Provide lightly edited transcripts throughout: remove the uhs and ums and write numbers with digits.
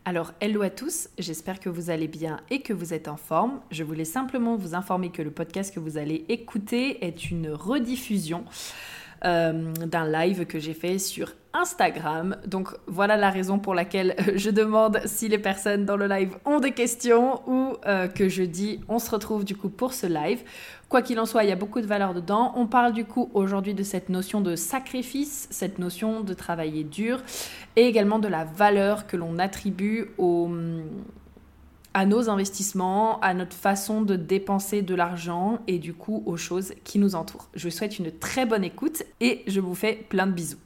Alors, hello à tous, j'espère que vous allez bien et que vous êtes en forme. Je voulais simplement vous informer que le podcast que vous allez écouter est une rediffusion d'un live que j'ai fait sur Instagram. Donc voilà la raison pour laquelle je demande si les personnes dans le live ont des questions ou que je dis on se retrouve du coup pour ce live. Quoi qu'il en soit, il y a beaucoup de valeur dedans. On parle du coup aujourd'hui de cette notion de sacrifice, cette notion de travailler dur et également de la valeur que l'on attribue à nos investissements, à notre façon de dépenser de l'argent et du coup aux choses qui nous entourent. Je vous souhaite une très bonne écoute et je vous fais plein de bisous.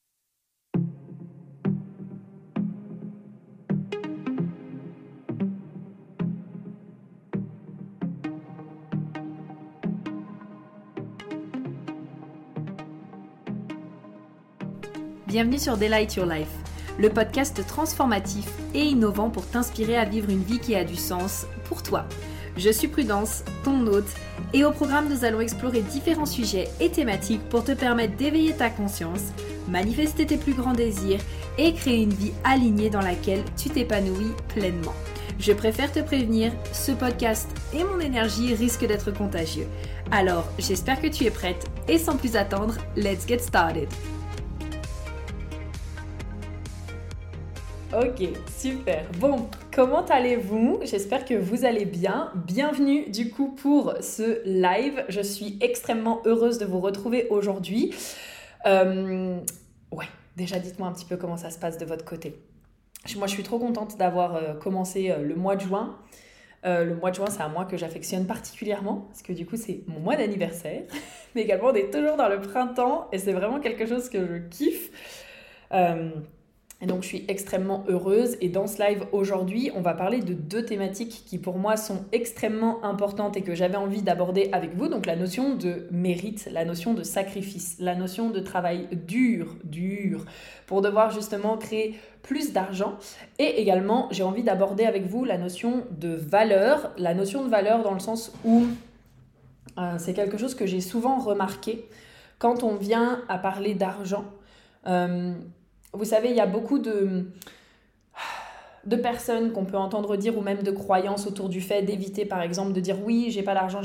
Bienvenue sur Delight Your Life, le podcast transformatif et innovant pour t'inspirer à vivre une vie qui a du sens pour toi. Je suis Prudence, ton hôte, et au programme nous allons explorer différents sujets et thématiques pour te permettre d'éveiller ta conscience, manifester tes plus grands désirs et créer une vie alignée dans laquelle tu t'épanouis pleinement. Je préfère te prévenir, ce podcast et mon énergie risquent d'être contagieux. Alors, j'espère que tu es prête et sans plus attendre, let's get started. Ok, super. Bon, comment allez-vous ? J'espère que vous allez bien. Bienvenue du coup pour ce live. Je suis extrêmement heureuse de vous retrouver aujourd'hui. Déjà dites-moi un petit peu comment ça se passe de votre côté. Moi, je suis trop contente d'avoir commencé le mois de juin. Le mois de juin, c'est un mois que j'affectionne particulièrement parce que du coup, c'est mon mois d'anniversaire. Mais également, on est toujours dans le printemps et c'est vraiment quelque chose que je kiffe. Et donc, je suis extrêmement heureuse. Et dans ce live aujourd'hui, on va parler de deux thématiques qui, pour moi, sont extrêmement importantes et que j'avais envie d'aborder avec vous. Donc, la notion de mérite, la notion de sacrifice, la notion de travail dur, pour devoir justement créer plus d'argent. Et également, j'ai envie d'aborder avec vous la notion de valeur. La notion de valeur dans le sens où c'est quelque chose que j'ai souvent remarqué quand on vient à parler d'argent. Vous savez, il y a beaucoup de personnes qu'on peut entendre dire ou même de croyances autour du fait d'éviter par exemple de dire oui, j'ai pas d'argent,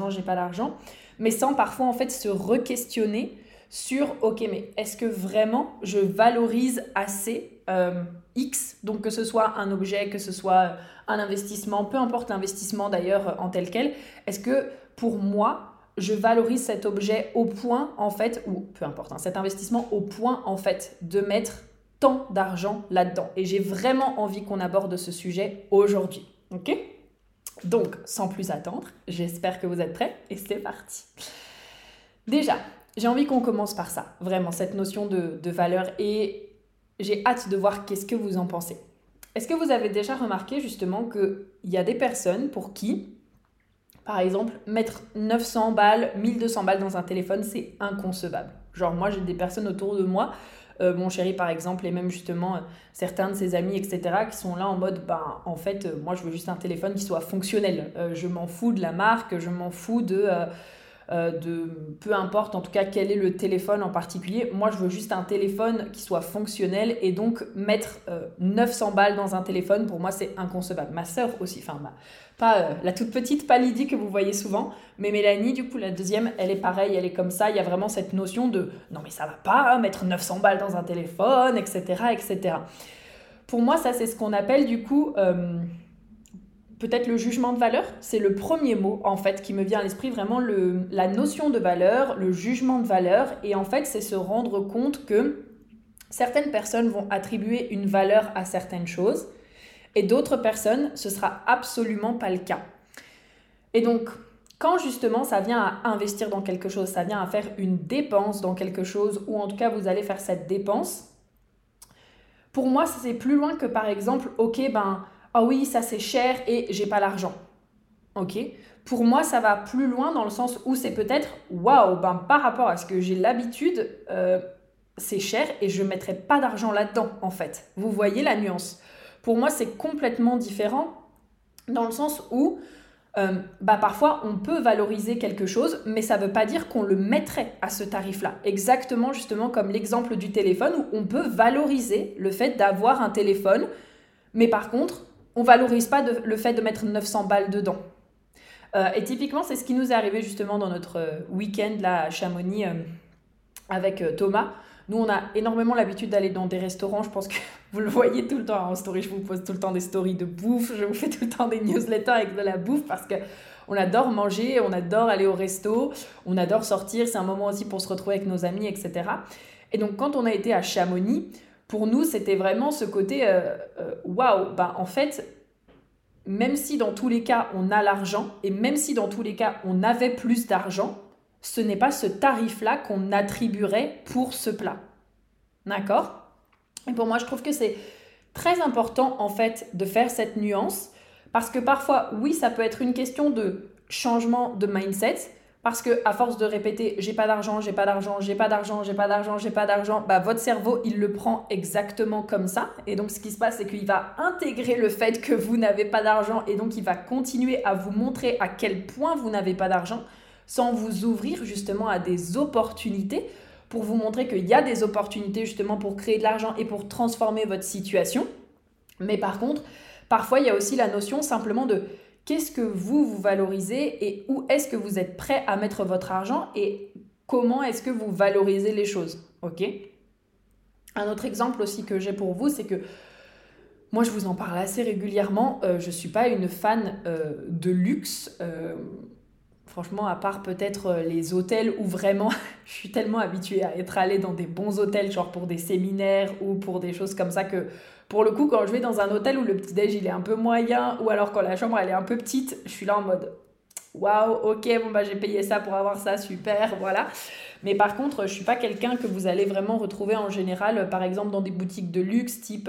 mais sans parfois en fait se re-questionner sur ok, mais est-ce que vraiment je valorise assez X, donc que ce soit un objet, que ce soit un investissement, peu importe l'investissement d'ailleurs en tel quel, est-ce que pour moi je valorise cet objet au point, en fait, ou peu importe, cet investissement au point, en fait, de mettre tant d'argent là-dedans. Et j'ai vraiment envie qu'on aborde ce sujet aujourd'hui. Ok ? Donc, sans plus attendre, j'espère que vous êtes prêts et c'est parti. Déjà, j'ai envie qu'on commence par ça, vraiment, cette notion de valeur et j'ai hâte de voir qu'est-ce que vous en pensez. Est-ce que vous avez déjà remarqué justement qu'il y a des personnes pour qui par exemple, mettre 900 balles, 1200 balles dans un téléphone, c'est inconcevable. Genre, moi, j'ai des personnes autour de moi, mon chéri par exemple, et même justement certains de ses amis, etc., qui sont là en mode, en fait, moi, je veux juste un téléphone qui soit fonctionnel. Je m'en fous de la marque, je m'en fous de peu importe en tout cas quel est le téléphone en particulier. Moi, je veux juste un téléphone qui soit fonctionnel et donc mettre 900 balles dans un téléphone, pour moi, c'est inconcevable. Ma sœur aussi, pas la toute petite, pas Lydie que vous voyez souvent, mais Mélanie, du coup, la deuxième, elle est pareille, elle est comme ça. Il y a vraiment cette notion de non, mais ça va pas, mettre 900 balles dans un téléphone, etc., etc. Pour moi, ça, c'est ce qu'on appelle du coup peut-être le jugement de valeur. C'est le premier mot, en fait, qui me vient à l'esprit, vraiment la notion de valeur, le jugement de valeur. Et en fait, c'est se rendre compte que certaines personnes vont attribuer une valeur à certaines choses et d'autres personnes, ce sera absolument pas le cas. Et donc, quand justement ça vient à investir dans quelque chose, ça vient à faire une dépense dans quelque chose, ou en tout cas vous allez faire cette dépense, pour moi c'est plus loin que par exemple, ah oui, ça c'est cher et j'ai pas l'argent. Ok ? Pour moi, ça va plus loin dans le sens où c'est peut-être, waouh, par rapport à ce que j'ai l'habitude, c'est cher et je ne mettrai pas d'argent là-dedans en fait. Vous voyez la nuance ? Pour moi, c'est complètement différent dans le sens où parfois on peut valoriser quelque chose, mais ça ne veut pas dire qu'on le mettrait à ce tarif-là. Exactement justement comme l'exemple du téléphone où on peut valoriser le fait d'avoir un téléphone Mais par contre, on valorise pas le fait de mettre 900 balles dedans. Et typiquement, c'est ce qui nous est arrivé justement dans notre week-end là à Chamonix avec Thomas. Nous, on a énormément l'habitude d'aller dans des restaurants. Je pense que vous le voyez tout le temps en story. Je vous poste tout le temps des stories de bouffe. Je vous fais tout le temps des newsletters avec de la bouffe parce que on adore manger, on adore aller au resto, on adore sortir. C'est un moment aussi pour se retrouver avec nos amis, etc. Et donc, quand on a été à Chamonix, pour nous, c'était vraiment ce côté waouh, ben, en fait, même si dans tous les cas, on a l'argent et même si dans tous les cas, on avait plus d'argent, ce n'est pas ce tarif-là qu'on attribuerait pour ce plat. D'accord ? Et pour moi, je trouve que c'est très important en fait de faire cette nuance parce que parfois, oui, ça peut être une question de changement de mindset parce que à force de répéter j'ai pas d'argent, j'ai pas d'argent, j'ai pas d'argent, j'ai pas d'argent, j'ai pas d'argent, bah votre cerveau, il le prend exactement comme ça et donc ce qui se passe c'est qu'il va intégrer le fait que vous n'avez pas d'argent et donc il va continuer à vous montrer à quel point vous n'avez pas d'argent sans vous ouvrir justement à des opportunités pour vous montrer qu'il y a des opportunités justement pour créer de l'argent et pour transformer votre situation. Mais par contre, parfois, il y a aussi la notion simplement de qu'est-ce que vous valorisez et où est-ce que vous êtes prêt à mettre votre argent et comment est-ce que vous valorisez les choses. Ok ? Un autre exemple aussi que j'ai pour vous, c'est que moi, je vous en parle assez régulièrement. Je ne suis pas une fan de luxe. Franchement, à part peut-être les hôtels où vraiment je suis tellement habituée à être allée dans des bons hôtels, genre pour des séminaires ou pour des choses comme ça que pour le coup, quand je vais dans un hôtel où le petit-déj il est un peu moyen ou alors quand la chambre elle est un peu petite, je suis là en mode waouh, ok, bon bah j'ai payé ça pour avoir ça, super, voilà. Mais par contre, je suis pas quelqu'un que vous allez vraiment retrouver en général, par exemple dans des boutiques de luxe type.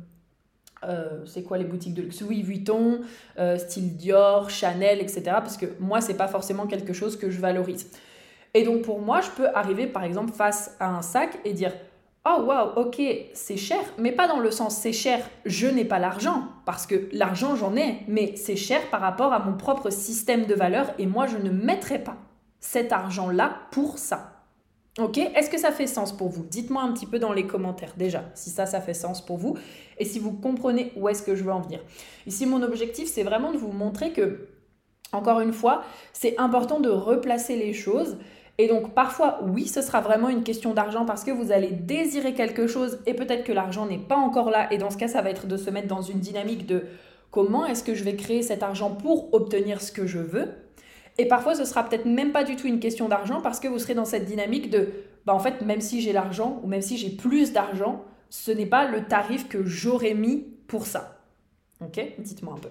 C'est quoi les boutiques de luxe ? Louis Vuitton, style Dior, Chanel, etc. Parce que moi, c'est pas forcément quelque chose que je valorise. Et donc pour moi, je peux arriver par exemple face à un sac et dire oh waouh, ok, c'est cher, mais pas dans le sens c'est cher, je n'ai pas l'argent, parce que l'argent j'en ai, mais c'est cher par rapport à mon propre système de valeurs et moi je ne mettrai pas cet argent-là pour ça. Ok, est-ce que ça fait sens pour vous ? Dites-moi un petit peu dans les commentaires déjà si ça fait sens pour vous et si vous comprenez où est-ce que je veux en venir. Ici, mon objectif, c'est vraiment de vous montrer que, encore une fois, c'est important de replacer les choses. Et donc parfois, oui, ce sera vraiment une question d'argent parce que vous allez désirer quelque chose et peut-être que l'argent n'est pas encore là. Et dans ce cas, ça va être de se mettre dans une dynamique de comment est-ce que je vais créer cet argent pour obtenir ce que je veux. Et parfois, ce sera peut-être même pas du tout une question d'argent parce que vous serez dans cette dynamique de bah en fait, même si j'ai l'argent ou même si j'ai plus d'argent, ce n'est pas le tarif que j'aurais mis pour ça. Ok ? Dites-moi un peu.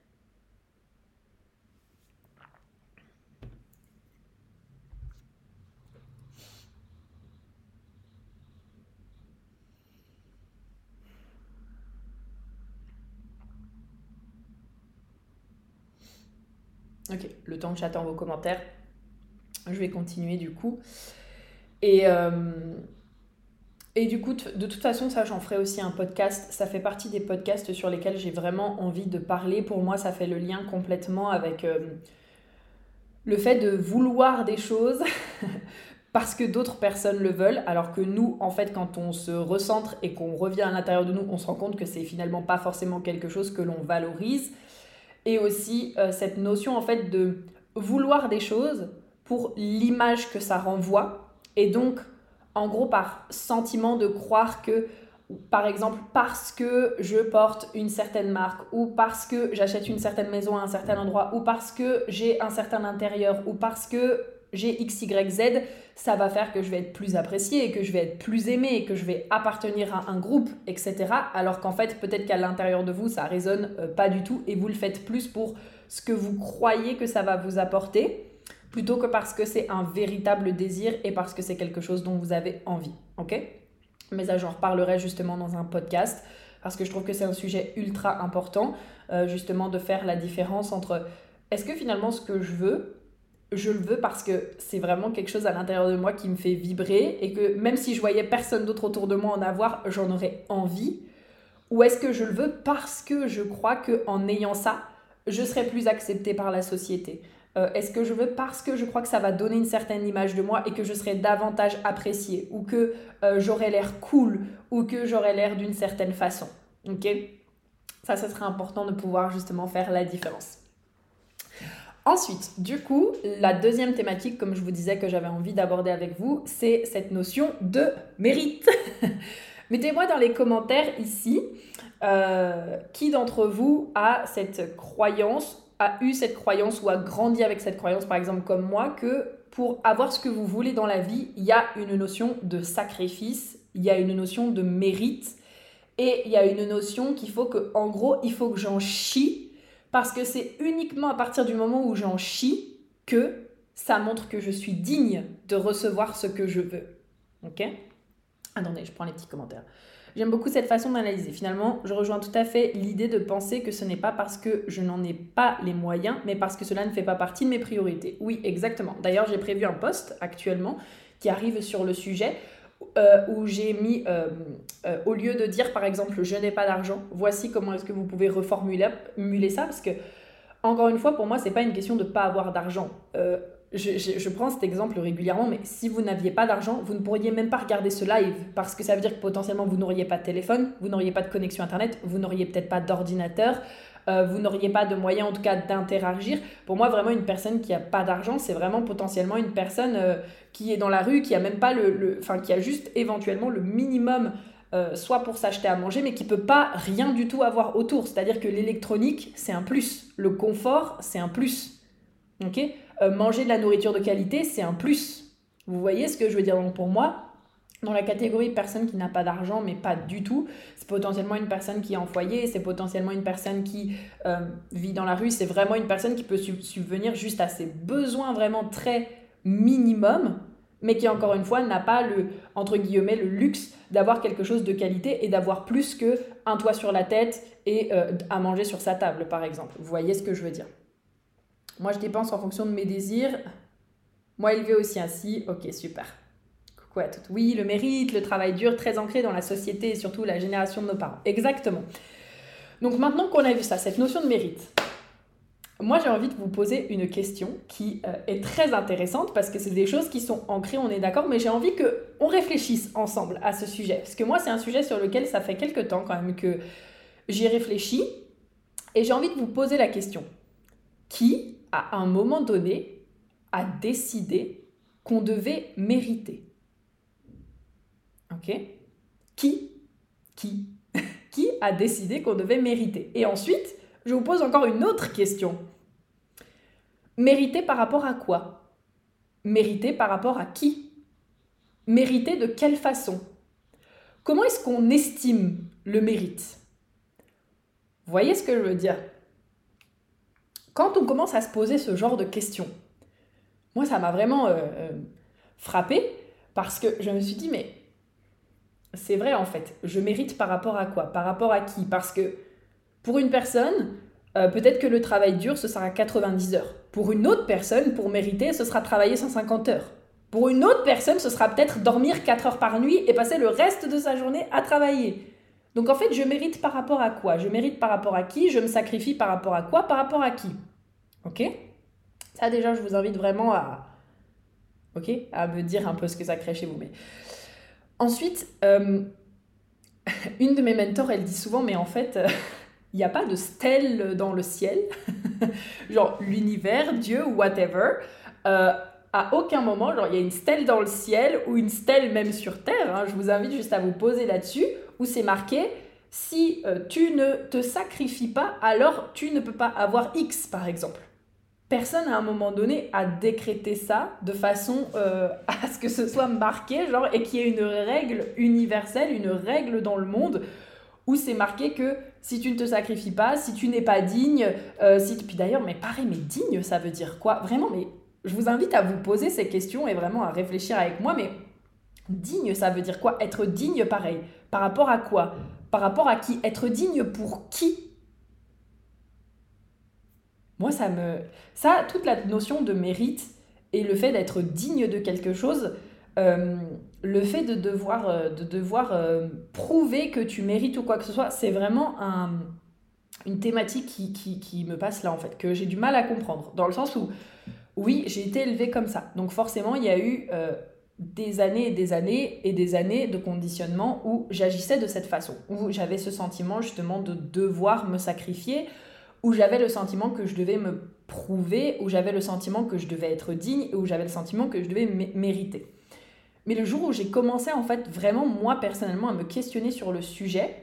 Ok, le temps que j'attends vos commentaires, je vais continuer du coup. Et, euh, et du coup, de toute façon, ça, j'en ferai aussi un podcast. Ça fait partie des podcasts sur lesquels j'ai vraiment envie de parler. Pour moi, ça fait le lien complètement avec le fait de vouloir des choses parce que d'autres personnes le veulent, alors que nous, en fait, quand on se recentre et qu'on revient à l'intérieur de nous, on se rend compte que c'est finalement pas forcément quelque chose que l'on valorise. Et aussi cette notion, en fait, de vouloir des choses pour l'image que ça renvoie. Et donc, en gros, par sentiment de croire que, par exemple, parce que je porte une certaine marque, ou parce que j'achète une certaine maison à un certain endroit, ou parce que j'ai un certain intérieur, ou parce que j'ai X, Y, Z, ça va faire que je vais être plus appréciée, que je vais être plus aimée, que je vais appartenir à un groupe, etc. Alors qu'en fait, peut-être qu'à l'intérieur de vous, ça résonne pas du tout, et vous le faites plus pour ce que vous croyez que ça va vous apporter, plutôt que parce que c'est un véritable désir et parce que c'est quelque chose dont vous avez envie, ok ? Mais ça, j'en reparlerai justement dans un podcast parce que je trouve que c'est un sujet ultra important, justement de faire la différence entre est-ce que finalement ce que je le veux parce que c'est vraiment quelque chose à l'intérieur de moi qui me fait vibrer et que même si je voyais personne d'autre autour de moi en avoir, j'en aurais envie, ou est-ce que je le veux parce que je crois qu'en ayant ça, je serai plus acceptée par la société ? Est-ce que je veux parce que je crois que ça va donner une certaine image de moi et que je serai davantage appréciée ou que j'aurai l'air cool ou que j'aurai l'air d'une certaine façon, ok ? Ça serait important de pouvoir justement faire la différence. Ensuite, du coup, la deuxième thématique, comme je vous disais, que j'avais envie d'aborder avec vous, c'est cette notion de mérite. Mettez-moi dans les commentaires ici, qui d'entre vous a cette croyance, a eu cette croyance ou a grandi avec cette croyance, par exemple comme moi, que pour avoir ce que vous voulez dans la vie, il y a une notion de sacrifice, il y a une notion de mérite, et il y a une notion qu'il faut que, en gros, il faut que j'en chie, parce que c'est uniquement à partir du moment où j'en chie que ça montre que je suis digne de recevoir ce que je veux. Ok ? Attendez, je prends les petits commentaires. J'aime beaucoup cette façon d'analyser. Finalement, je rejoins tout à fait l'idée de penser que ce n'est pas parce que je n'en ai pas les moyens, mais parce que cela ne fait pas partie de mes priorités. Oui, exactement. D'ailleurs, j'ai prévu un post actuellement qui arrive sur le sujet où j'ai mis, au lieu de dire par exemple je n'ai pas d'argent, voici comment est-ce que vous pouvez reformuler ça, parce que encore une fois, pour moi, c'est pas une question de pas avoir d'argent. Je prends cet exemple régulièrement, mais si vous n'aviez pas d'argent, vous ne pourriez même pas regarder ce live, parce que ça veut dire que potentiellement vous n'auriez pas de téléphone, vous n'auriez pas de connexion internet, vous n'auriez peut-être pas d'ordinateur, vous n'auriez pas de moyen en tout cas d'interagir. Pour moi, vraiment, une personne qui n'a pas d'argent, c'est vraiment potentiellement une personne qui est dans la rue, qui a même pas qui a juste éventuellement le minimum, soit pour s'acheter à manger, mais qui peut pas rien du tout avoir autour. C'est-à-dire que l'électronique, c'est un plus. Le confort, c'est un plus. Ok ? Manger de la nourriture de qualité, c'est un plus. Vous voyez ce que je veux dire ? Donc pour moi, dans la catégorie personne qui n'a pas d'argent, mais pas du tout, c'est potentiellement une personne qui est en foyer, c'est potentiellement une personne qui vit dans la rue, c'est vraiment une personne qui peut subvenir juste à ses besoins vraiment très minimum, mais qui encore une fois n'a pas entre guillemets, le luxe d'avoir quelque chose de qualité et d'avoir plus qu'un toit sur la tête et à manger sur sa table, par exemple. Vous voyez ce que je veux dire ? Moi, je dépense en fonction de mes désirs. Moi, élevé aussi ainsi. Ok, super. Coucou à toutes. Oui, le mérite, le travail dur, très ancré dans la société et surtout la génération de nos parents. Exactement. Donc maintenant qu'on a vu ça, cette notion de mérite, moi, j'ai envie de vous poser une question qui est très intéressante parce que c'est des choses qui sont ancrées, on est d'accord, mais j'ai envie qu'on réfléchisse ensemble à ce sujet. Parce que moi, c'est un sujet sur lequel ça fait quelques temps quand même que j'y réfléchis et j'ai envie de vous poser la question. Qui, à un moment donné, a décidé qu'on devait mériter ? Ok ? Qui a décidé qu'on devait mériter ? Et ensuite, je vous pose encore une autre question. Mériter par rapport à quoi ? Mériter par rapport à qui ? Mériter de quelle façon ? Comment est-ce qu'on estime le mérite ? Vous voyez ce que je veux dire ? Quand on commence à se poser ce genre de questions, moi ça m'a vraiment frappée parce que je me suis dit mais c'est vrai en fait, je mérite par rapport à quoi ? Par rapport à qui ? Parce que pour une personne, peut-être que le travail dur ce sera 90 heures. Pour une autre personne, pour mériter, ce sera travailler 150 heures. Pour une autre personne, ce sera peut-être dormir 4 heures par nuit et passer le reste de sa journée à travailler. Donc en fait, je mérite par rapport à quoi ? Je mérite par rapport à qui ? Je me sacrifie par rapport à quoi ? Par rapport à qui ? Ok ? Ça déjà, je vous invite vraiment à me dire un peu ce que ça crée chez vous. Mais ensuite, une de mes mentors, elle dit souvent, mais en fait, il n'y a pas de stèle dans le ciel, genre l'univers, Dieu, whatever. À aucun moment, genre il y a une stèle dans le ciel ou une stèle même sur terre. Hein, je vous invite juste à vous poser là-dessus, où c'est marqué si tu ne te sacrifies pas, alors tu ne peux pas avoir X, par exemple. Personne à un moment donné a décrété ça de façon à ce que ce soit marqué, genre, et qu'il y ait une règle universelle, une règle dans le monde où c'est marqué que si tu ne te sacrifies pas, si tu n'es pas digne, puis d'ailleurs, mais pareil, mais digne, ça veut dire quoi ? Vraiment, mais je vous invite à vous poser ces questions et vraiment à réfléchir avec moi, mais digne, ça veut dire quoi ? Être digne, pareil. Par rapport à quoi ? Par rapport à qui ? Être digne pour qui ? Moi, toute la notion de mérite et le fait d'être digne de quelque chose, le fait de devoir prouver que tu mérites ou quoi que ce soit, c'est vraiment une thématique qui me passe là, en fait, que j'ai du mal à comprendre. Dans le sens où, oui, j'ai été élevée comme ça. Donc forcément, il y a eu des années et des années et des années de conditionnement où j'agissais de cette façon, où j'avais ce sentiment justement de devoir me sacrifier, où j'avais le sentiment que je devais me prouver, où j'avais le sentiment que je devais être digne, et où j'avais le sentiment que je devais mériter. Mais le jour où j'ai commencé en fait vraiment moi personnellement à me questionner sur le sujet,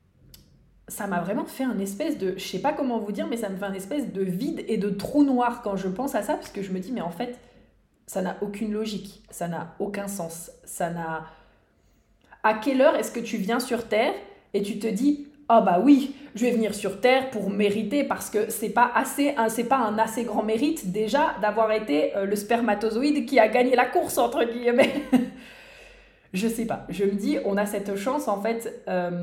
ça m'a vraiment fait un espèce de, je sais pas comment vous dire, mais ça me fait un espèce de vide et de trou noir quand je pense à ça, parce que je me dis mais en fait ça n'a aucune logique, ça n'a aucun sens, ça n'a... À quelle heure est-ce que tu viens sur Terre et tu te dis ah bah oui, je vais venir sur Terre pour mériter parce que c'est pas un assez grand mérite déjà d'avoir été le spermatozoïde qui a gagné la course entre guillemets. Je sais pas, je me dis on a cette chance en fait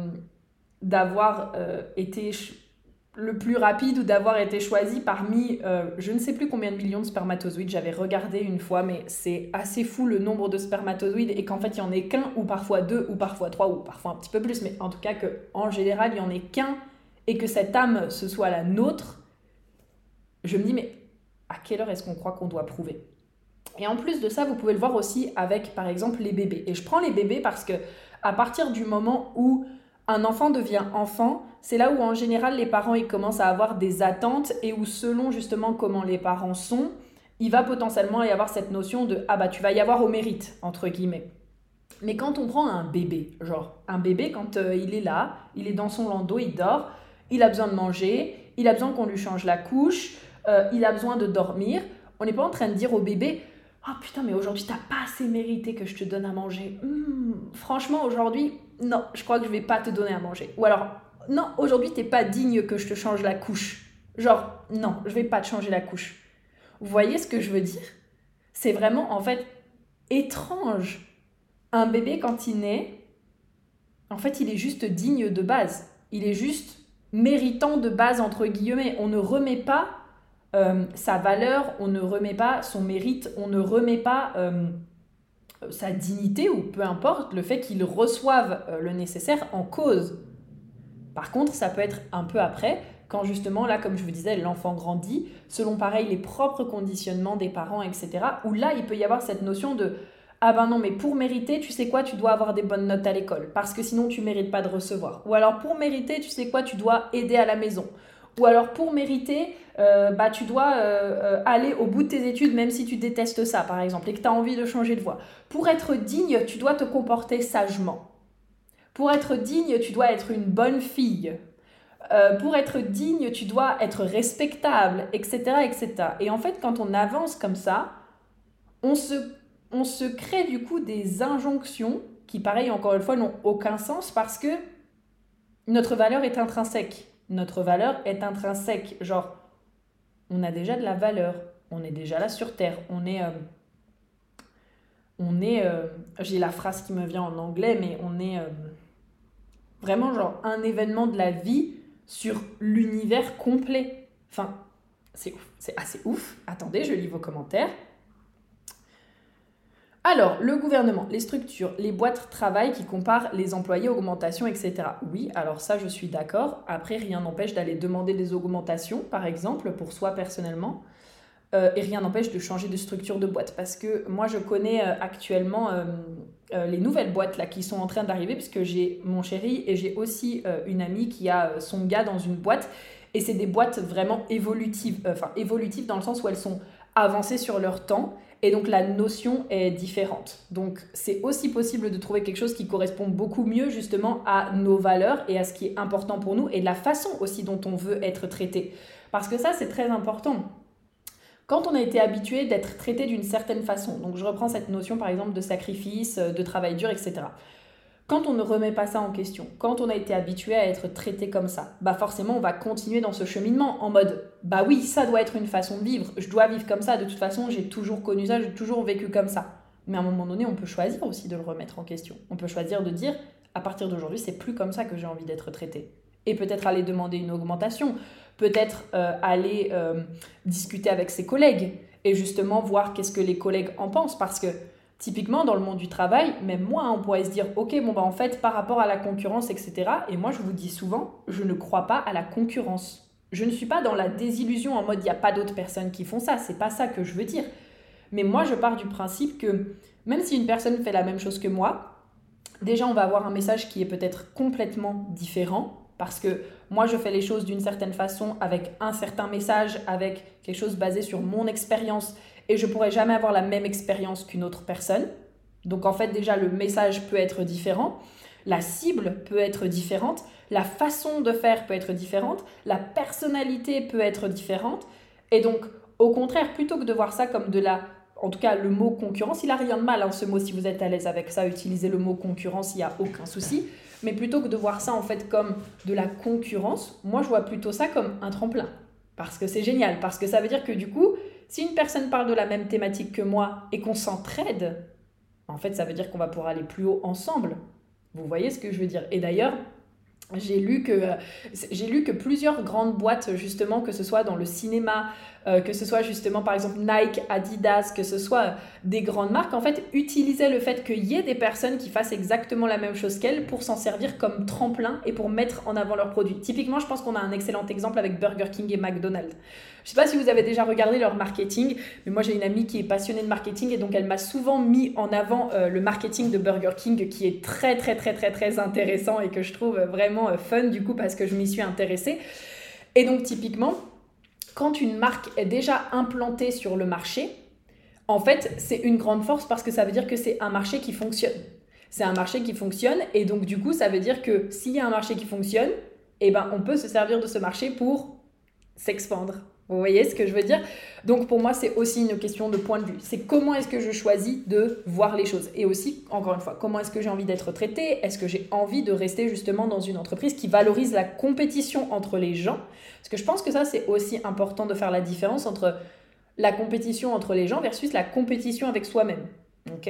d'avoir été le plus rapide ou d'avoir été choisi parmi je ne sais plus combien de millions de spermatozoïdes. J'avais regardé une fois, mais c'est assez fou le nombre de spermatozoïdes et qu'en fait il n'y en ait qu'un ou parfois deux ou parfois trois ou parfois un petit peu plus, mais en tout cas qu'en général il n'y en ait qu'un et que cette âme ce soit la nôtre. Je me dis mais à quelle heure est-ce qu'on croit qu'on doit prouver ? Et en plus de ça, vous pouvez le voir aussi avec par exemple les bébés. Et je prends les bébés parce que à partir du moment où un enfant devient enfant, c'est là où en général les parents ils commencent à avoir des attentes et où selon justement comment les parents sont, il va potentiellement y avoir cette notion de ah bah tu vas y avoir au mérite entre guillemets. Mais quand on prend un bébé, genre un bébé quand il est là, il est dans son landau, il dort, il a besoin de manger, il a besoin qu'on lui change la couche, il a besoin de dormir, on n'est pas en train de dire au bébé oh putain mais aujourd'hui t'as pas assez mérité que je te donne à manger. Franchement aujourd'hui non, je crois que je vais pas te donner à manger. Ou alors, non, aujourd'hui, t'es pas digne que je te change la couche. Genre, non, je vais pas te changer la couche. Vous voyez ce que je veux dire ? C'est vraiment, en fait, étrange. Un bébé, quand il naît, en fait, il est juste digne de base. Il est juste méritant de base, entre guillemets. On ne remet pas sa valeur, on ne remet pas son mérite, on ne remet pas... sa dignité ou peu importe, le fait qu'ils reçoivent le nécessaire en cause. Par contre, ça peut être un peu après, quand justement, là, comme je vous disais, l'enfant grandit, selon pareil les propres conditionnements des parents, etc., où là, il peut y avoir cette notion de ah ben non, mais pour mériter, tu sais quoi, tu dois avoir des bonnes notes à l'école, parce que sinon, tu mérites pas de recevoir. Ou alors, pour mériter, tu sais quoi, tu dois aider à la maison. Ou alors, pour mériter, tu dois aller au bout de tes études, même si tu détestes ça, par exemple, et que tu as envie de changer de voie. Pour être digne, tu dois te comporter sagement. Pour être digne, tu dois être une bonne fille. Pour être digne, tu dois être respectable, etc., etc. Et en fait, quand on avance comme ça, on se crée du coup des injonctions qui, pareil, encore une fois, n'ont aucun sens parce que notre valeur est intrinsèque. Notre valeur est intrinsèque. Genre, on a déjà de la valeur. On est déjà là sur Terre. J'ai la phrase qui me vient en anglais, mais on est vraiment genre un événement de la vie sur l'univers complet. Enfin, c'est ouf. C'est assez ouf. Attendez, je lis vos commentaires. Alors, le gouvernement, les structures, les boîtes de travail qui comparent les employés, augmentations, etc. Oui, alors ça, je suis d'accord. Après, rien n'empêche d'aller demander des augmentations, par exemple, pour soi personnellement. Et rien n'empêche de changer de structure de boîte. Parce que moi, je connais actuellement les nouvelles boîtes là, qui sont en train d'arriver, puisque j'ai mon chéri et j'ai aussi une amie qui a son gars dans une boîte. Et c'est des boîtes vraiment évolutives. Évolutives dans le sens où elles sont avancées sur leur temps. Et donc la notion est différente. Donc c'est aussi possible de trouver quelque chose qui correspond beaucoup mieux justement à nos valeurs et à ce qui est important pour nous et de la façon aussi dont on veut être traité. Parce que ça, c'est très important. Quand on a été habitué d'être traité d'une certaine façon, donc je reprends cette notion par exemple de sacrifice, de travail dur, etc. Quand on ne remet pas ça en question, quand on a été habitué à être traité comme ça, bah forcément on va continuer dans ce cheminement en mode bah oui, ça doit être une façon de vivre, je dois vivre comme ça, de toute façon j'ai toujours connu ça, j'ai toujours vécu comme ça. Mais à un moment donné, on peut choisir aussi de le remettre en question. On peut choisir de dire à partir d'aujourd'hui, c'est plus comme ça que j'ai envie d'être traité. Et peut-être aller demander une augmentation, peut-être aller discuter avec ses collègues et justement voir qu'est-ce que les collègues en pensent parce que typiquement, dans le monde du travail, même moi, on pourrait se dire « Ok, bon, bah en fait, par rapport à la concurrence, etc. » Et moi, je vous dis souvent, je ne crois pas à la concurrence. Je ne suis pas dans la désillusion en mode « Il n'y a pas d'autres personnes qui font ça ». C'est pas ça que je veux dire. Mais moi, je pars du principe que même si une personne fait la même chose que moi, déjà, on va avoir un message qui est peut-être complètement différent parce que moi, je fais les choses d'une certaine façon avec un certain message, avec quelque chose basé sur mon expérience et je pourrais jamais avoir la même expérience qu'une autre personne. Donc en fait, déjà, le message peut être différent, la cible peut être différente, la façon de faire peut être différente, la personnalité peut être différente. Et donc, au contraire, plutôt que de voir ça comme de la... En tout cas, le mot concurrence, il n'a rien de mal, hein, ce mot, si vous êtes à l'aise avec ça, utilisez le mot concurrence, il n'y a aucun souci. Mais plutôt que de voir ça en fait comme de la concurrence, moi je vois plutôt ça comme un tremplin. Parce que c'est génial, parce que ça veut dire que du coup, si une personne parle de la même thématique que moi et qu'on s'entraide, en fait, ça veut dire qu'on va pouvoir aller plus haut ensemble. Vous voyez ce que je veux dire? Et d'ailleurs, j'ai lu que plusieurs grandes boîtes, justement, que ce soit dans le cinéma, que ce soit justement par exemple Nike, Adidas, que ce soit des grandes marques, en fait, utilisaient le fait qu'il y ait des personnes qui fassent exactement la même chose qu'elles pour s'en servir comme tremplin et pour mettre en avant leurs produits. Typiquement, je pense qu'on a un excellent exemple avec Burger King et McDonald's. Je ne sais pas si vous avez déjà regardé leur marketing, mais moi j'ai une amie qui est passionnée de marketing et donc elle m'a souvent mis en avant le marketing de Burger King qui est très très très très très intéressant et que je trouve vraiment fun du coup parce que je m'y suis intéressée. Et donc typiquement, quand une marque est déjà implantée sur le marché, en fait c'est une grande force parce que ça veut dire que c'est un marché qui fonctionne. C'est un marché qui fonctionne et donc du coup ça veut dire que s'il y a un marché qui fonctionne, eh ben, on peut se servir de ce marché pour s'expandre. Vous voyez ce que je veux dire? Donc pour moi, c'est aussi une question de point de vue. C'est comment est-ce que je choisis de voir les choses? Et aussi, encore une fois, comment est-ce que j'ai envie d'être traitée? Est-ce que j'ai envie de rester justement dans une entreprise qui valorise la compétition entre les gens? Parce que je pense que ça, c'est aussi important de faire la différence entre la compétition entre les gens versus la compétition avec soi-même. Ok?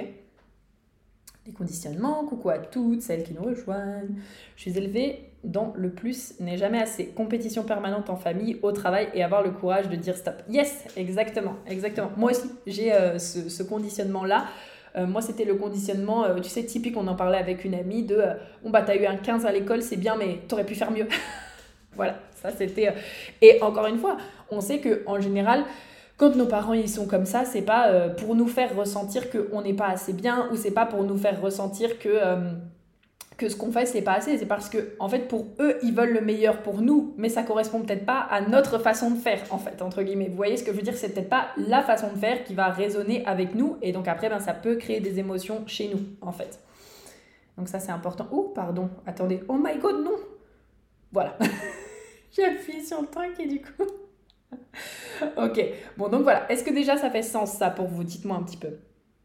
Les conditionnements, coucou à toutes celles qui nous rejoignent. Je suis élevée dans le plus n'est jamais assez. Compétition permanente en famille, au travail et avoir le courage de dire stop. Yes, exactement, exactement. Moi aussi, j'ai ce conditionnement-là. Moi, c'était le conditionnement, tu sais, typique, on en parlait avec une amie de bon, bah, t'as eu un 15 à l'école, c'est bien, mais t'aurais pu faire mieux. Voilà, ça c'était. Et encore une fois, on sait qu'en général, quand nos parents ils sont comme ça, c'est pas pour nous faire ressentir qu'on n'est pas assez bien ou c'est pas pour nous faire ressentir que ce qu'on fait c'est pas assez. C'est parce que en fait pour eux ils veulent le meilleur pour nous, mais ça correspond peut-être pas à notre façon de faire en fait entre guillemets. Vous voyez ce que je veux dire? C'est peut-être pas la façon de faire qui va résonner avec nous et donc après ben ça peut créer des émotions chez nous en fait. Donc ça c'est important. Oh pardon, attendez. Oh my god non. Voilà. J'ai appuyé sur le truc et du coup. Ok, bon donc voilà, est-ce que déjà ça fait sens ça pour vous? Dites-moi un petit peu.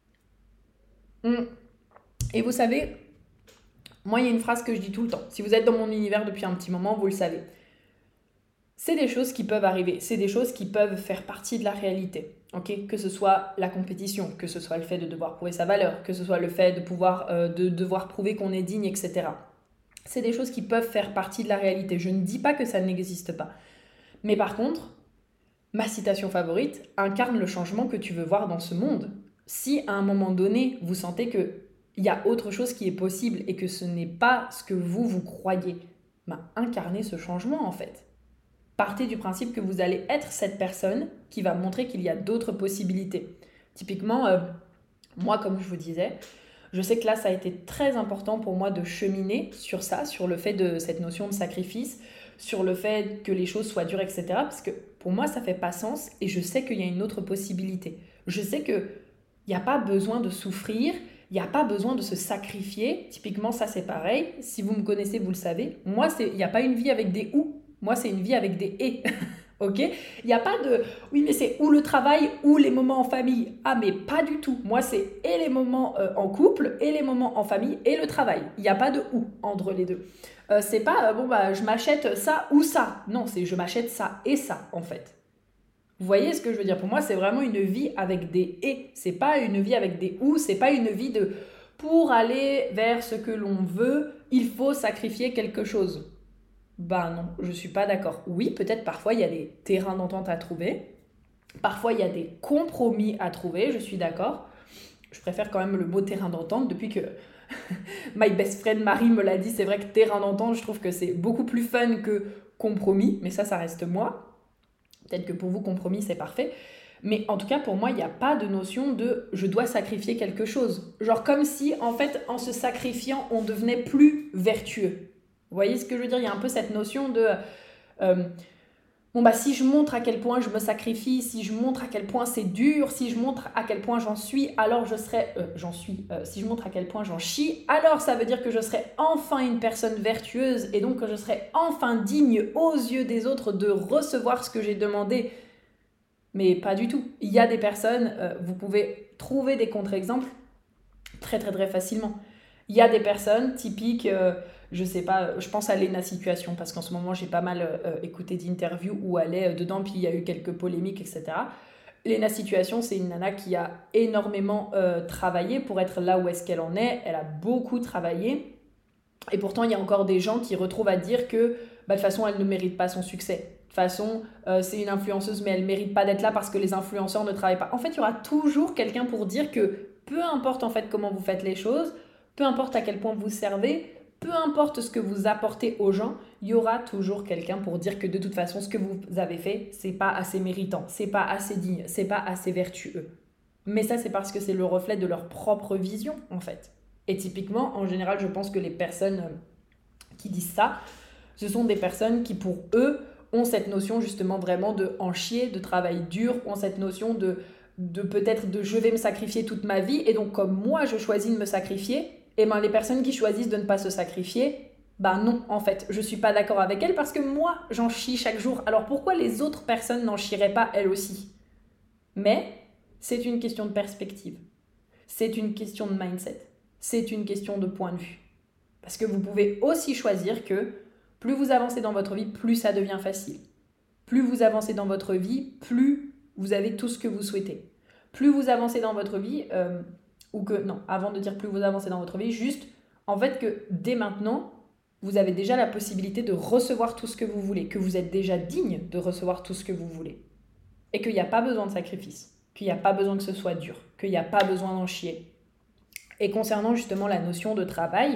Et vous savez, moi il y a une phrase que je dis tout le temps, si vous êtes dans mon univers depuis un petit moment, vous le savez. C'est des choses qui peuvent arriver, c'est des choses qui peuvent faire partie de la réalité. Ok, que ce soit la compétition, que ce soit le fait de devoir prouver sa valeur, que ce soit le fait de devoir prouver qu'on est digne, etc. C'est des choses qui peuvent faire partie de la réalité. Je ne dis pas que ça n'existe pas. Mais par contre, ma citation favorite incarne le changement que tu veux voir dans ce monde. Si à un moment donné, vous sentez qu'il y a autre chose qui est possible et que ce n'est pas ce que vous croyez, ben, incarnez ce changement en fait. Partez du principe que vous allez être cette personne qui va montrer qu'il y a d'autres possibilités. Typiquement, moi comme je vous disais, je sais que là ça a été très important pour moi de cheminer sur ça, sur le fait de cette notion de sacrifice, sur le fait que les choses soient dures, etc. Parce que pour moi, ça fait pas sens et je sais qu'il y a une autre possibilité. Je sais qu'il n'y a pas besoin de souffrir, il n'y a pas besoin de se sacrifier. Typiquement, ça c'est pareil. Si vous me connaissez, vous le savez. Moi, il n'y a pas une vie avec des ou. Moi, c'est une vie avec des et. Ok? Il n'y a pas de oui, mais c'est ou le travail ou les moments en famille. Ah, mais pas du tout. Moi, c'est et les moments en couple et les moments en famille et le travail. Il n'y a pas de ou entre les deux. C'est pas bon, bah je m'achète ça ou ça. Non, c'est je m'achète ça et ça en fait. Vous voyez ce que je veux dire? Pour moi, c'est vraiment une vie avec des et. C'est pas une vie avec des ou. C'est pas une vie de pour aller vers ce que l'on veut, il faut sacrifier quelque chose. Ben non, je suis pas d'accord. Oui, peut-être parfois il y a des terrains d'entente à trouver. Parfois il y a des compromis à trouver, je suis d'accord. Je préfère quand même le mot terrain d'entente depuis que my best friend Marie me l'a dit. C'est vrai que terrain d'entente, je trouve que c'est beaucoup plus fun que compromis, mais ça reste moi. Peut-être que pour vous, compromis, c'est parfait. Mais en tout cas, pour moi, il n'y a pas de notion de je dois sacrifier quelque chose. Genre comme si, en fait, en se sacrifiant, on devenait plus vertueux. Vous voyez ce que je veux dire? Il y a un peu cette notion de euh, bon, bah, si je montre à quel point je me sacrifie, si je montre à quel point c'est dur, si je montre à quel point j'en suis, alors je serai. Si je montre à quel point j'en chie, alors ça veut dire que je serai enfin une personne vertueuse et donc que je serai enfin digne aux yeux des autres de recevoir ce que j'ai demandé. Mais pas du tout. Il y a des personnes, vous pouvez trouver des contre-exemples très très très facilement. Il y a des personnes typiques, je sais pas, je pense à Lena Situation, parce qu'en ce moment j'ai pas mal écouté d'interviews où elle est dedans, puis il y a eu quelques polémiques, etc. Lena Situation, c'est une nana qui a énormément travaillé pour être là où est-ce qu'elle en est. Elle a beaucoup travaillé. Et pourtant, il y a encore des gens qui retrouvent à dire que bah, de toute façon, elle ne mérite pas son succès. De toute façon, c'est une influenceuse, mais elle ne mérite pas d'être là parce que les influenceurs ne travaillent pas. En fait, il y aura toujours quelqu'un pour dire que peu importe en fait comment vous faites les choses, peu importe à quel point vous servez, peu importe ce que vous apportez aux gens, il y aura toujours quelqu'un pour dire que de toute façon, ce que vous avez fait, c'est pas assez méritant, c'est pas assez digne, c'est pas assez vertueux. Mais ça, c'est parce que c'est le reflet de leur propre vision, en fait. Et typiquement, en général, je pense que les personnes qui disent ça, ce sont des personnes qui, pour eux, ont cette notion justement vraiment de en chier, de travail dur, ont cette notion de peut-être de je vais me sacrifier toute ma vie. Et donc, comme moi, je choisis de me sacrifier, et ben les personnes qui choisissent de ne pas se sacrifier, ben non, en fait, je suis pas d'accord avec elles parce que moi, j'en chie chaque jour. Alors pourquoi les autres personnes n'en chieraient pas elles aussi? Mais c'est une question de perspective. C'est une question de mindset. C'est une question de point de vue. Parce que vous pouvez aussi choisir que plus vous avancez dans votre vie, plus ça devient facile. Plus vous avancez dans votre vie, plus vous avez tout ce que vous souhaitez. Plus vous avancez dans votre vie, avant de dire plus vous avancez dans votre vie, juste en fait que dès maintenant, vous avez déjà la possibilité de recevoir tout ce que vous voulez, que vous êtes déjà digne de recevoir tout ce que vous voulez. Et qu'il n'y a pas besoin de sacrifice, qu'il n'y a pas besoin que ce soit dur, qu'il n'y a pas besoin d'en chier. Et concernant justement la notion de travail,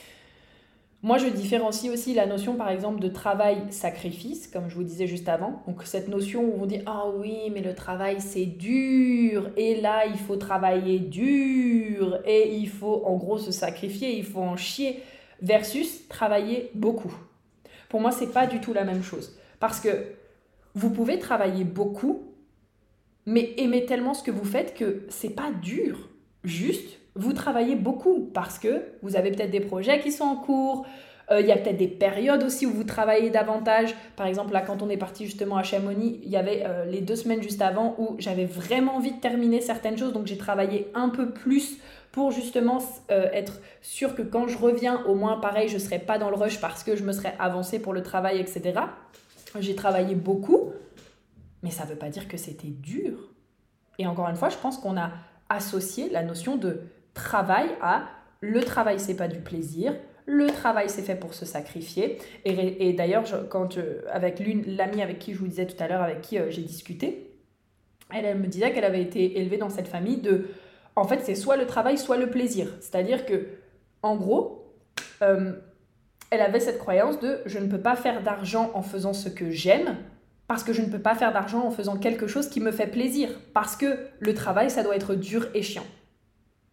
moi je différencie aussi la notion par exemple de travail-sacrifice, comme je vous disais juste avant. Donc cette notion où on dit « Ah oui, mais le travail c'est dur, et là il faut travailler dur, et il faut en gros se sacrifier, il faut en chier », versus travailler beaucoup. Pour moi, c'est pas du tout la même chose. Parce que vous pouvez travailler beaucoup, mais aimer tellement ce que vous faites que c'est pas dur. Juste, vous travaillez beaucoup parce que vous avez peut-être des projets qui sont en cours. Il y a peut-être des périodes aussi où vous travaillez davantage. Par exemple, là, quand on est parti justement à Chamonix, il y avait les 2 semaines juste avant où j'avais vraiment envie de terminer certaines choses. Donc, j'ai travaillé un peu plus pour justement être sûr que quand je reviens, au moins, pareil, je ne serai pas dans le rush parce que je me serais avancée pour le travail, etc. J'ai travaillé beaucoup, mais ça ne veut pas dire que c'était dur. Et encore une fois, je pense qu'on a associé la notion de travail à le travail, c'est pas du plaisir, le travail, c'est fait pour se sacrifier. Et d'ailleurs, avec l'amie avec qui je vous disais tout à l'heure, avec qui j'ai discuté, elle me disait qu'elle avait été élevée dans cette famille de, en fait, c'est soit le travail, soit le plaisir. C'est-à-dire que, en gros, elle avait cette croyance de je ne peux pas faire d'argent en faisant ce que j'aime, parce que je ne peux pas faire d'argent en faisant quelque chose qui me fait plaisir. Parce que le travail, ça doit être dur et chiant. Ok ?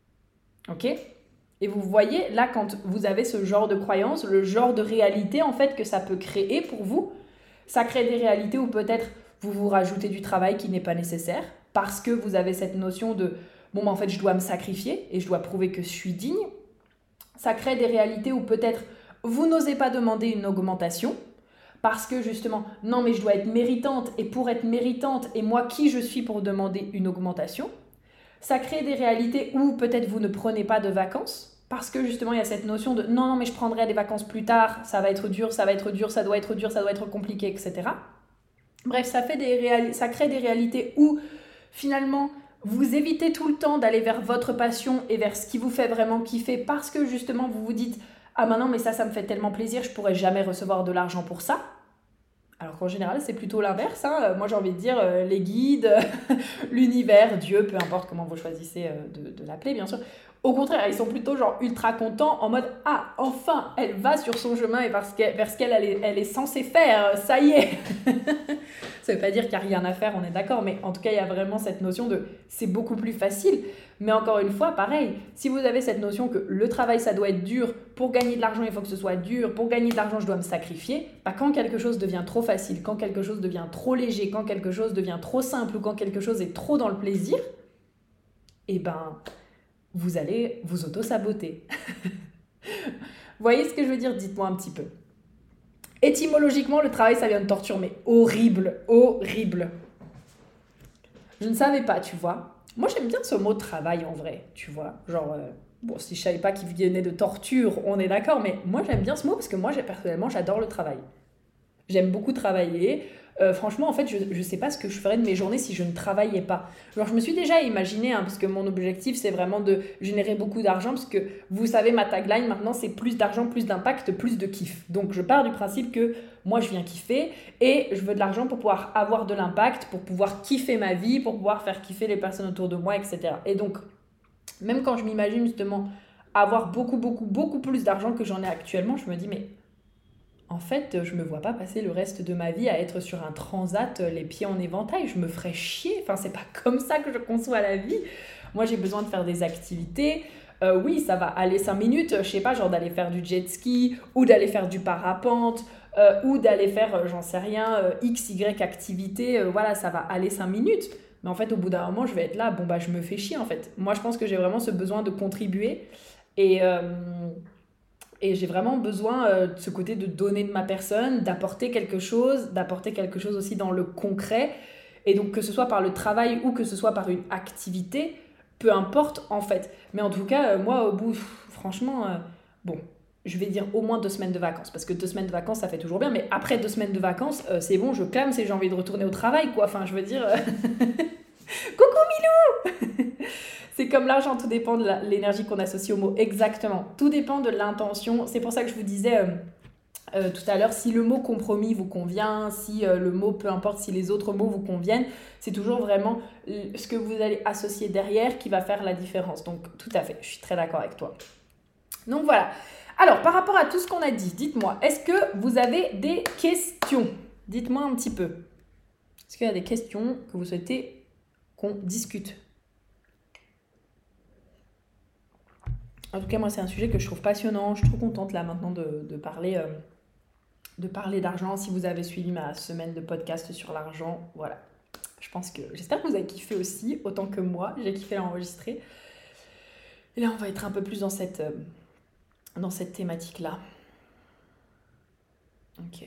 Et vous voyez, là, quand vous avez ce genre de croyance, le genre de réalité, en fait, que ça peut créer pour vous, ça crée des réalités où peut-être vous vous rajoutez du travail qui n'est pas nécessaire, parce que vous avez cette notion de bon, en fait, je dois me sacrifier et je dois prouver que je suis digne. Ça crée des réalités où peut-être vous n'osez pas demander une augmentation, parce que justement, non mais je dois être méritante, et pour être méritante, et moi qui je suis pour demander une augmentation. Ça crée des réalités où peut-être vous ne prenez pas de vacances, parce que justement il y a cette notion de non mais je prendrai des vacances plus tard, ça va être dur, ça va être dur, ça doit être dur, ça doit être compliqué, etc. Bref, ça crée des réalités où finalement vous évitez tout le temps d'aller vers votre passion et vers ce qui vous fait vraiment kiffer, parce que justement vous vous dites ah ben non mais ça me fait tellement plaisir, je pourrais jamais recevoir de l'argent pour ça. Alors qu'en général, c'est plutôt l'inverse. Hein. Moi, j'ai envie de dire les guides, l'univers, Dieu, peu importe comment vous choisissez de l'appeler, bien sûr. Au contraire, ils sont plutôt genre ultra contents en mode « Ah, enfin, elle va sur son chemin et vers ce qu'elle est censée faire, ça y est !» Ça veut pas dire qu'il n'y a rien à faire, on est d'accord, mais en tout cas, il y a vraiment cette notion de c'est beaucoup plus facile. Mais encore une fois, pareil, si vous avez cette notion que le travail, ça doit être dur, pour gagner de l'argent, il faut que ce soit dur, pour gagner de l'argent, je dois me sacrifier, bah, quand quelque chose devient trop facile, quand quelque chose devient trop léger, quand quelque chose devient trop simple ou quand quelque chose est trop dans le plaisir, eh ben, vous allez vous auto-saboter. Vous voyez ce que je veux dire? Dites-moi un petit peu. Étymologiquement, le travail, ça vient de torture, mais horrible, horrible. Je ne savais pas, tu vois. Moi, j'aime bien ce mot travail en vrai, tu vois. Genre, bon, si je savais pas qu'il venait de torture, on est d'accord, mais moi, j'aime bien ce mot parce que moi, personnellement, j'adore le travail. J'aime beaucoup travailler. Franchement, en fait, je ne sais pas ce que je ferais de mes journées si je ne travaillais pas. Alors, je me suis déjà imaginé, parce que mon objectif, c'est vraiment de générer beaucoup d'argent, parce que vous savez, ma tagline maintenant, c'est plus d'argent, plus d'impact, plus de kiff. Donc, je pars du principe que moi, je viens kiffer et je veux de l'argent pour pouvoir avoir de l'impact, pour pouvoir kiffer ma vie, pour pouvoir faire kiffer les personnes autour de moi, etc. Et donc, même quand je m'imagine justement avoir beaucoup, beaucoup, beaucoup plus d'argent que j'en ai actuellement, je me dis, mais en fait, je me vois pas passer le reste de ma vie à être sur un transat, les pieds en éventail. Je me ferais chier. Enfin, c'est pas comme ça que je conçois la vie. Moi, j'ai besoin de faire des activités. Oui, ça va aller 5 minutes. Je sais pas, genre d'aller faire du jet ski ou d'aller faire du parapente ou d'aller faire, j'en sais rien, X, Y activité. Voilà, ça va aller 5 minutes. Mais en fait, au bout d'un moment, je vais être là. Bon, bah, je me fais chier en fait. Moi, je pense que j'ai vraiment ce besoin de contribuer. Et. Et j'ai vraiment besoin de ce côté de donner de ma personne, d'apporter quelque chose aussi dans le concret. Et donc que ce soit par le travail ou que ce soit par une activité, peu importe en fait. Mais en tout cas, moi au bout, franchement, bon, je vais dire au moins 2 semaines de vacances. Parce que 2 semaines de vacances, ça fait toujours bien. Mais après 2 semaines de vacances, c'est bon, je clame si j'ai envie de retourner au travail, quoi. Enfin, je veux dire... Coucou Milou. C'est comme l'argent, tout dépend de l'énergie qu'on associe au mot. Exactement. Tout dépend de l'intention. C'est pour ça que je vous disais tout à l'heure, si le mot compromis vous convient, si le mot, peu importe, si les autres mots vous conviennent, c'est toujours vraiment ce que vous allez associer derrière qui va faire la différence. Donc, tout à fait, je suis très d'accord avec toi. Donc, voilà. Alors, par rapport à tout ce qu'on a dit, dites-moi, est-ce que vous avez des questions? Dites-moi un petit peu. Est-ce qu'il y a des questions que vous souhaitez qu'on discute? En tout cas, moi, c'est un sujet que je trouve passionnant. Je suis trop contente là maintenant de parler d'argent. Si vous avez suivi ma semaine de podcast sur l'argent, voilà. J'espère que vous avez kiffé aussi, autant que moi. J'ai kiffé l'enregistrer. Et là, on va être un peu plus dans cette thématique-là. Ok.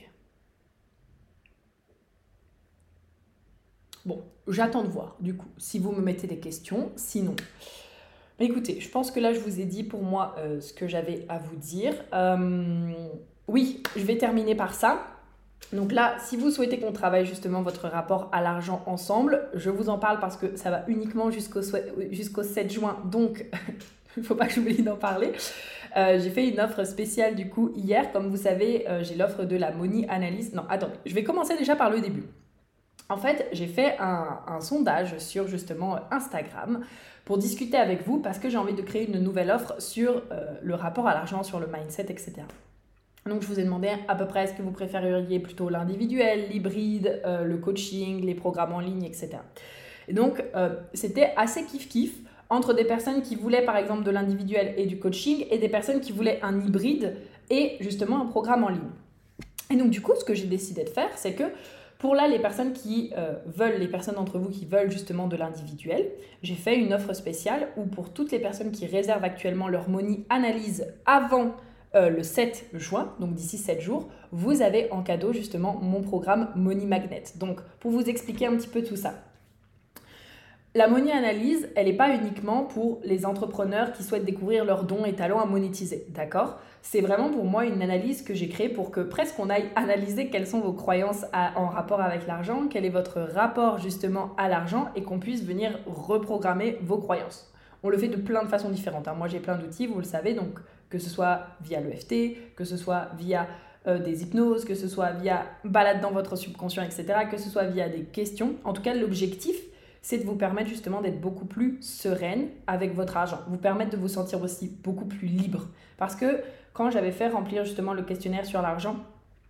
Bon, j'attends de voir, du coup, si vous me mettez des questions. Sinon... Écoutez, je pense que là, je vous ai dit pour moi ce que j'avais à vous dire. Oui, je vais terminer par ça. Donc là, si vous souhaitez qu'on travaille justement votre rapport à l'argent ensemble, je vous en parle parce que ça va uniquement jusqu'au 7 juin. Donc, il ne faut pas que j'oublie d'en parler. J'ai fait une offre spéciale du coup hier. Comme vous savez, j'ai l'offre de la Money Analyse. Non, attendez, je vais commencer déjà par le début. En fait, j'ai fait un sondage sur justement Instagram pour discuter avec vous parce que j'ai envie de créer une nouvelle offre sur le rapport à l'argent, sur le mindset, etc. Donc, je vous ai demandé à peu près est-ce que vous préféreriez plutôt l'individuel, l'hybride, le coaching, les programmes en ligne, etc. Et donc, c'était assez kiff-kiff entre des personnes qui voulaient par exemple de l'individuel et du coaching et des personnes qui voulaient un hybride et justement un programme en ligne. Et donc, du coup, ce que j'ai décidé de faire, c'est que pour là, les personnes d'entre vous qui veulent justement de l'individuel, j'ai fait une offre spéciale où pour toutes les personnes qui réservent actuellement leur Money Analyse avant le 7 juin, donc d'ici 7 jours, vous avez en cadeau justement mon programme Money Magnet. Donc, pour vous expliquer un petit peu tout ça. La Money Analyse, elle n'est pas uniquement pour les entrepreneurs qui souhaitent découvrir leurs dons et talents à monétiser, d'accord ? C'est vraiment pour moi une analyse que j'ai créée pour que presque on aille analyser quelles sont vos croyances en rapport avec l'argent, quel est votre rapport justement à l'argent et qu'on puisse venir reprogrammer vos croyances. On le fait de plein de façons différentes. Moi, j'ai plein d'outils, vous le savez, donc que ce soit via l'EFT, que ce soit via des hypnoses, que ce soit via balade dans votre subconscient, etc., que ce soit via des questions. En tout cas, l'objectif, c'est de vous permettre justement d'être beaucoup plus sereine avec votre argent, vous permettre de vous sentir aussi beaucoup plus libre. Parce que quand j'avais fait remplir justement le questionnaire sur l'argent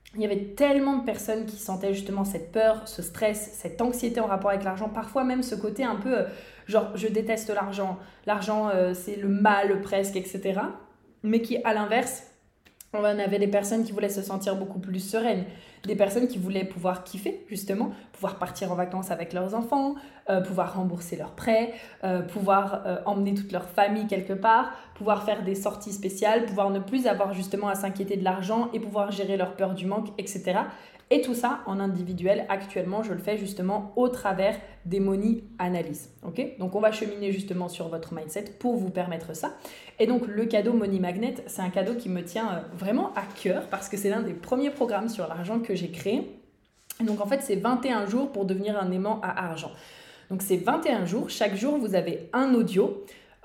il y avait tellement de personnes qui sentaient justement cette peur, ce stress, cette anxiété en rapport avec l'argent, parfois même ce côté un peu genre je déteste l'argent c'est le mal presque, etc. Mais qui à l'inverse, on avait des personnes qui voulaient se sentir beaucoup plus sereines, des personnes qui voulaient pouvoir kiffer justement, pouvoir partir en vacances avec leurs enfants, pouvoir rembourser leurs prêts, pouvoir emmener toute leur famille quelque part, pouvoir faire des sorties spéciales, pouvoir ne plus avoir justement à s'inquiéter de l'argent et pouvoir gérer leur peur du manque, etc. Et tout ça en individuel, actuellement, je le fais justement au travers des money analyses. Okay, donc, on va cheminer justement sur votre mindset pour vous permettre ça. Et donc, le cadeau Money Magnet, c'est un cadeau qui me tient vraiment à cœur parce que c'est l'un des premiers programmes sur l'argent que j'ai créé. Et donc, en fait, c'est 21 jours pour devenir un aimant à argent. Donc, c'est 21 jours. Chaque jour, vous avez un audio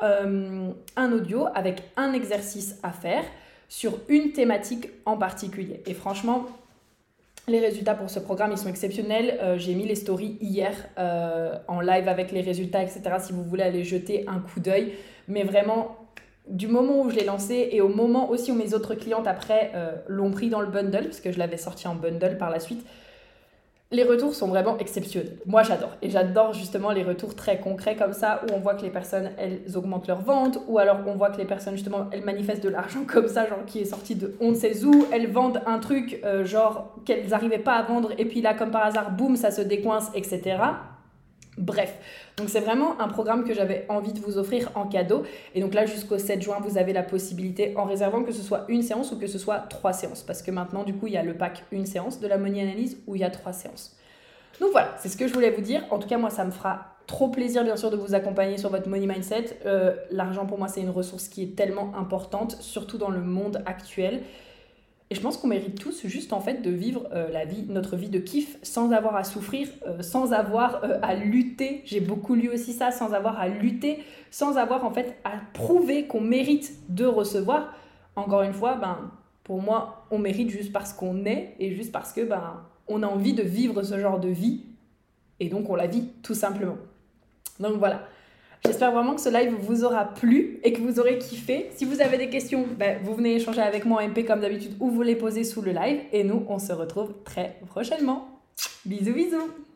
avec un exercice à faire sur une thématique en particulier. Et franchement, les résultats pour ce programme, ils sont exceptionnels. J'ai mis les stories hier en live avec les résultats, etc. Si vous voulez aller jeter un coup d'œil. Mais vraiment, du moment où je l'ai lancé et au moment aussi où mes autres clientes après l'ont pris dans le bundle, parce que je l'avais sorti en bundle par la suite, les retours sont vraiment exceptionnels. Moi, j'adore. Et j'adore justement les retours très concrets comme ça, où on voit que les personnes, elles augmentent leurs ventes, ou alors on voit que les personnes, justement, elles manifestent de l'argent comme ça, genre qui est sorti de on ne sait où, elles vendent un truc, genre qu'elles n'arrivaient pas à vendre, et puis là, comme par hasard, boum, ça se décoince, etc. Bref, donc c'est vraiment un programme que j'avais envie de vous offrir en cadeau. Et donc là, jusqu'au 7 juin, vous avez la possibilité, en réservant que ce soit une séance ou que ce soit 3 séances. Parce que maintenant, du coup, il y a le pack une séance de la Money Analyse où il y a 3 séances. Donc voilà, c'est ce que je voulais vous dire. En tout cas, moi, ça me fera trop plaisir, bien sûr, de vous accompagner sur votre money mindset. L'argent, pour moi, c'est une ressource qui est tellement importante, surtout dans le monde actuel. Et je pense qu'on mérite tous juste en fait de vivre notre vie de kiff sans avoir à souffrir, sans avoir à lutter. J'ai beaucoup lu aussi ça, sans avoir à lutter, sans avoir en fait à prouver qu'on mérite de recevoir. Encore une fois, pour moi, on mérite juste parce qu'on est et juste parce que on a envie de vivre ce genre de vie et donc on la vit tout simplement. Donc voilà. J'espère vraiment que ce live vous aura plu et que vous aurez kiffé. Si vous avez des questions, vous venez échanger avec moi en MP comme d'habitude ou vous les posez sous le live. Et nous, on se retrouve très prochainement. Bisous, bisous.